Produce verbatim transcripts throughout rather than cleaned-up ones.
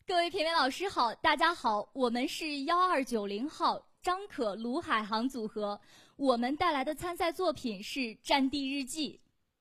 各位评委老师好，大家好，我们是幺二九零号张可卢海航组合，我们带来的参赛作品是《战地日记》。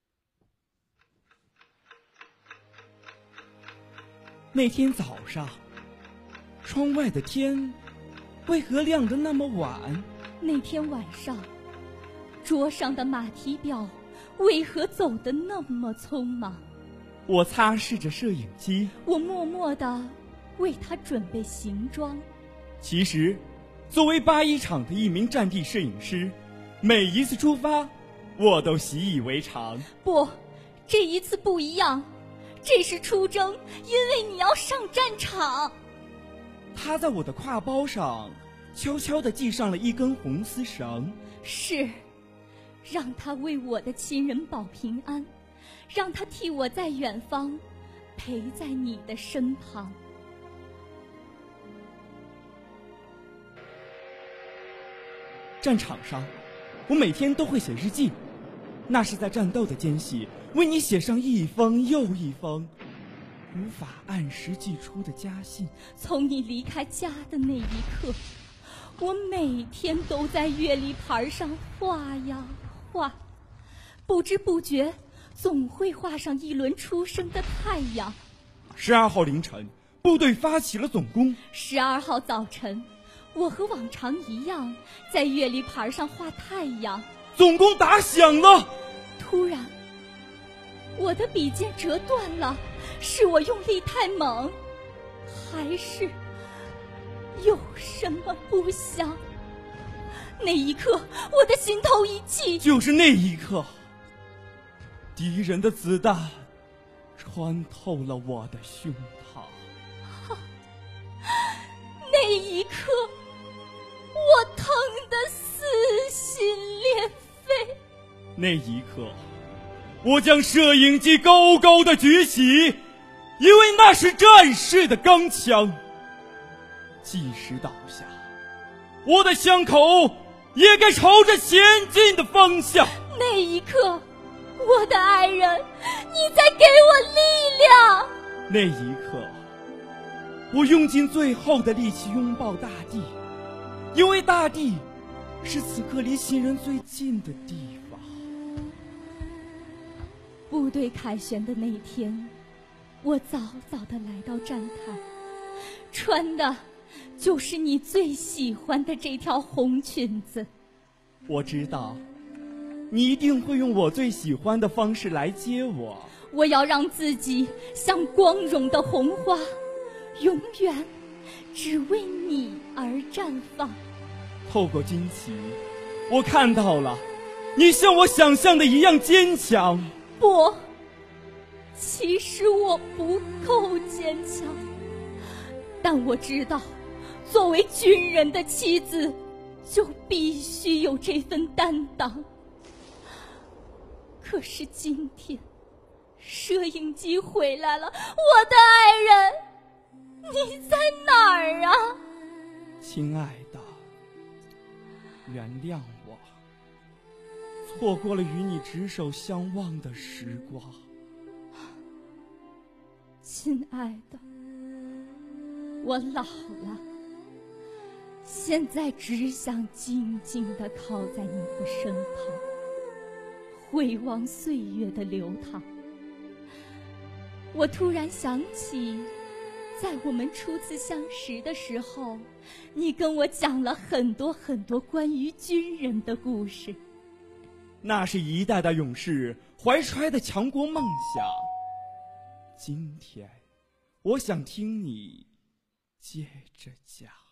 那天早上，窗外的天为何亮得那么晚？ 那天晚上，桌上的马蹄表为何走得那么匆忙？ 我擦拭着摄影机， 我默默地为他准备行装。 其实，作为八一厂的一名战地摄影师，每一次出发，我都习以为常。 不，这一次不一样，这是出征，因为你要上战场。 他在我的挎包上悄悄地系上了一根红丝绳， 是，让他为我的亲人保平安，让他替我在远方陪在你的身旁。 战场上，我每天都会写日记，那是在战斗的间隙为你写上一封又一封无法按时寄出的家信。 从你离开家的那一刻，我每天都在月历牌上画呀画，不知不觉总会画上一轮出生的太阳。 十二号凌晨，部队发起了总攻。 十二号早晨，我和往常一样在月历牌上画太阳。 总攻打响了， 突然我的笔尖折断了，是我用力太猛，还是有什么不祥？那一刻我的心头一气。 就是那一刻，敌人的子弹穿透了我的胸膛。 那一刻我疼得撕心裂肺。 那一刻我将摄影机高高的举起，因为那是战士的钢枪。即使倒下，我的枪口也该朝着前进的方向。 那一刻，我的爱人，你在给我力量。 那一刻，我用尽最后的力气拥抱大地，因为大地是此刻离亲人最近的地方。 部队凯旋的那天，我早早地来到站台，穿的就是你最喜欢的这条红裙子。 我知道你一定会用我最喜欢的方式来接我。 我要让自己像光荣的红花，永远只为你而绽放。 透过旌旗，我看到了你像我想象的一样坚强。 不，其实我不够坚强，但我知道作为军人的妻子就必须有这份担当。可是今天摄影机回来了，我的爱人，你在哪儿啊？ 亲爱的，原谅我，错过了与你执手相望的时光。 亲爱的，我老了，现在只想静静地靠在你的身旁，回望岁月的流淌。我突然想起，在我们初次相识的时候，你跟我讲了很多很多关于军人的故事。 那是一代代勇士怀揣的强国梦想。今天，我想听你接着讲。